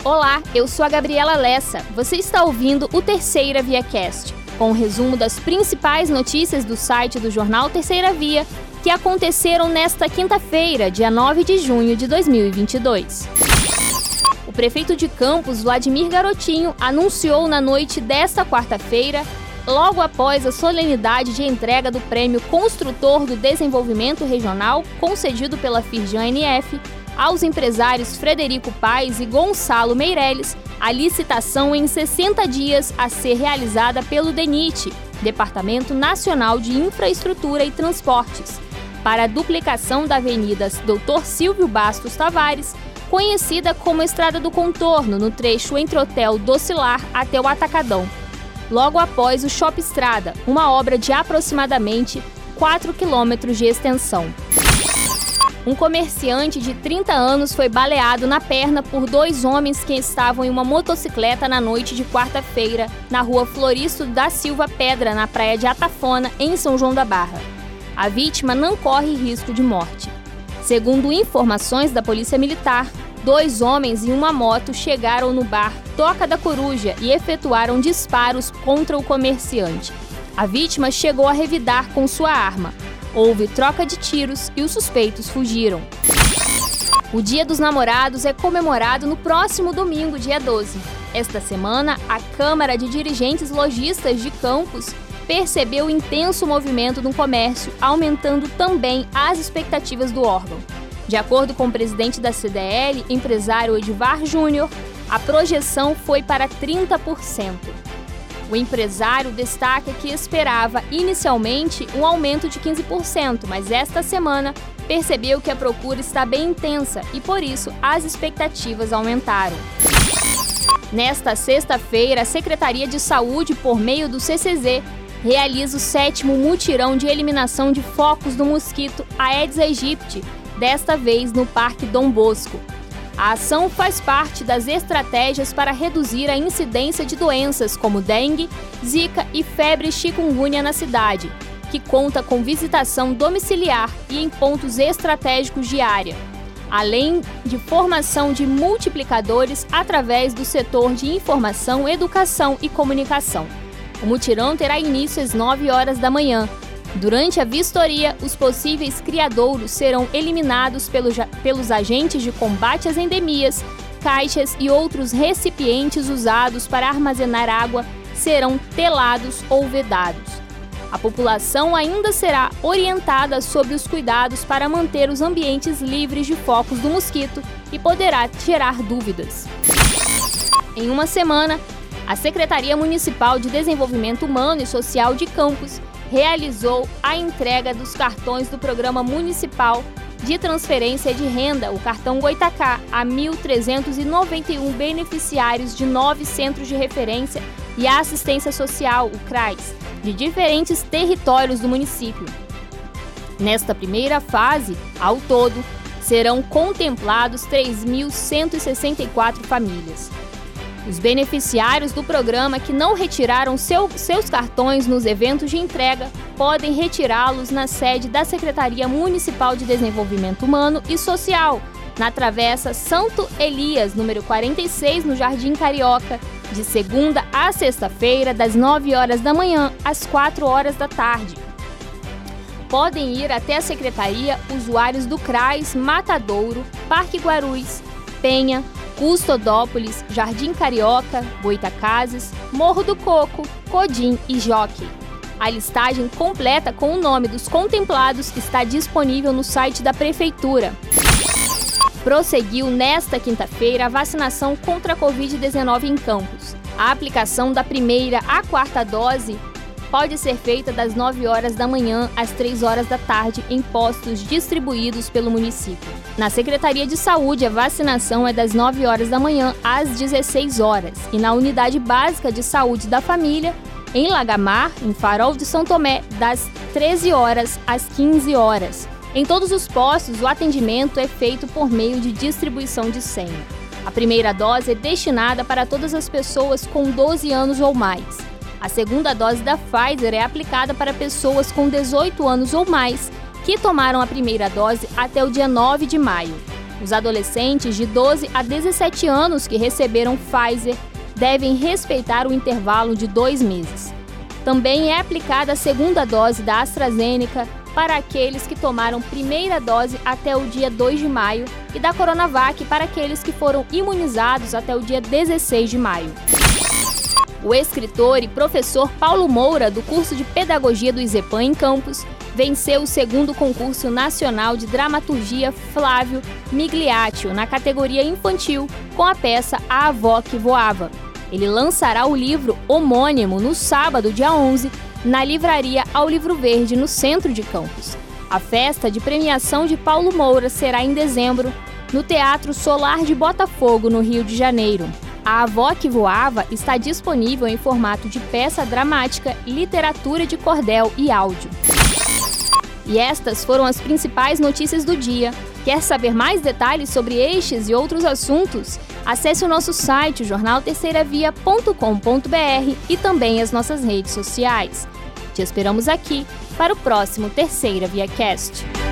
Olá, eu sou a Gabriela Lessa. Você está ouvindo o Terceira Via Cast, com um resumo das principais notícias do site do jornal Terceira Via, que aconteceram nesta quinta-feira, dia 9 de junho de 2022. O prefeito de Campos, Vladimir Garotinho, anunciou na noite desta quarta-feira, logo após a solenidade de entrega do Prêmio Construtor do Desenvolvimento Regional, concedido pela Firjan-NF, aos empresários Frederico Paes e Gonçalo Meirelles, a licitação em 60 dias a ser realizada pelo DENIT, Departamento Nacional de Infraestrutura e Transportes, para a duplicação da Avenida Dr. Silvio Bastos Tavares, conhecida como Estrada do Contorno, no trecho entre o Hotel Docilar até o Atacadão, logo após o Shopping Estrada, uma obra de aproximadamente 4 quilômetros de extensão. Um comerciante de 30 anos foi baleado na perna por 2 homens que estavam em uma motocicleta na noite de quarta-feira, na rua Floristo da Silva Pedra, na praia de Atafona, em São João da Barra. A vítima não corre risco de morte. Segundo informações da Polícia Militar, 2 homens em uma moto chegaram no bar Toca da Coruja e efetuaram disparos contra o comerciante. A vítima chegou a revidar com sua arma. Houve troca de tiros e os suspeitos fugiram. O Dia dos Namorados é comemorado no próximo domingo, dia 12. Esta semana, a Câmara de Dirigentes Lojistas de Campos percebeu o intenso movimento no comércio, aumentando também as expectativas do órgão. De acordo com o presidente da CDL, empresário Edivar Júnior, a projeção foi para 30%. O empresário destaca que esperava inicialmente um aumento de 15%, mas esta semana percebeu que a procura está bem intensa e, por isso, as expectativas aumentaram. Nesta sexta-feira, a Secretaria de Saúde, por meio do CCZ, realiza o 7º mutirão de eliminação de focos do mosquito Aedes aegypti, desta vez no Parque Dom Bosco. A ação faz parte das estratégias para reduzir a incidência de doenças como dengue, zika e febre chikungunya na cidade, que conta com visitação domiciliar e em pontos estratégicos de área, além de formação de multiplicadores através do setor de informação, educação e comunicação. O mutirão terá início às 9 horas da manhã. Durante a vistoria, os possíveis criadouros serão eliminados pelos agentes de combate às endemias, caixas e outros recipientes usados para armazenar água serão telados ou vedados. A população ainda será orientada sobre os cuidados para manter os ambientes livres de focos do mosquito e poderá gerar dúvidas. Em uma semana, a Secretaria Municipal de Desenvolvimento Humano e Social de Campos realizou a entrega dos cartões do Programa Municipal de Transferência de Renda, o cartão Goitacá, a 1.391 beneficiários de 9 Centros de Referência e Assistência Social, o CRAS, de diferentes territórios do município. Nesta primeira fase, ao todo, serão contemplados 3.164 famílias. Os beneficiários do programa que não retiraram seus cartões nos eventos de entrega podem retirá-los na sede da Secretaria Municipal de Desenvolvimento Humano e Social, na Travessa Santo Elias, número 46, no Jardim Carioca, de segunda a sexta-feira, das 9 horas da manhã às 4 horas da tarde. Podem ir até a Secretaria usuários do CRAS, Matadouro, Parque Guarulhos, Penha, Custodópolis, Jardim Carioca, Goitacazes, Morro do Coco, Codim e Jockey. A listagem completa com o nome dos contemplados está disponível no site da Prefeitura. Prosseguiu nesta quinta-feira a vacinação contra a Covid-19 em Campos. A aplicação da primeira à 4ª dose pode ser feita das 9 horas da manhã às 3 horas da tarde em postos distribuídos pelo município. Na Secretaria de Saúde, a vacinação é das 9 horas da manhã às 16 horas e na Unidade Básica de Saúde da Família, em Lagamar, em Farol de São Tomé, das 13 horas às 15 horas. Em todos os postos, o atendimento é feito por meio de distribuição de senha. A primeira dose é destinada para todas as pessoas com 12 anos ou mais. A segunda dose da Pfizer é aplicada para pessoas com 18 anos ou mais que tomaram a primeira dose até o dia 9 de maio. Os adolescentes de 12 a 17 anos que receberam Pfizer devem respeitar o intervalo de 2 meses. Também é aplicada a segunda dose da AstraZeneca para aqueles que tomaram primeira dose até o dia 2 de maio e da Coronavac para aqueles que foram imunizados até o dia 16 de maio. O escritor e professor Paulo Moura, do curso de Pedagogia do ISEPAM em Campos, venceu o 2º concurso nacional de dramaturgia Flávio Migliaccio na categoria infantil com a peça A Avó que Voava. Ele lançará o livro homônimo no sábado, dia 11, na livraria Ao Livro Verde, no centro de Campos. A festa de premiação de Paulo Moura será em dezembro, no Teatro Solar de Botafogo, no Rio de Janeiro. A Avó que Voava está disponível em formato de peça dramática, literatura de cordel e áudio. E estas foram as principais notícias do dia. Quer saber mais detalhes sobre estes e outros assuntos? Acesse o nosso site, jornalterceiravia.com.br, e também as nossas redes sociais. Te esperamos aqui para o próximo Terceira Via Cast.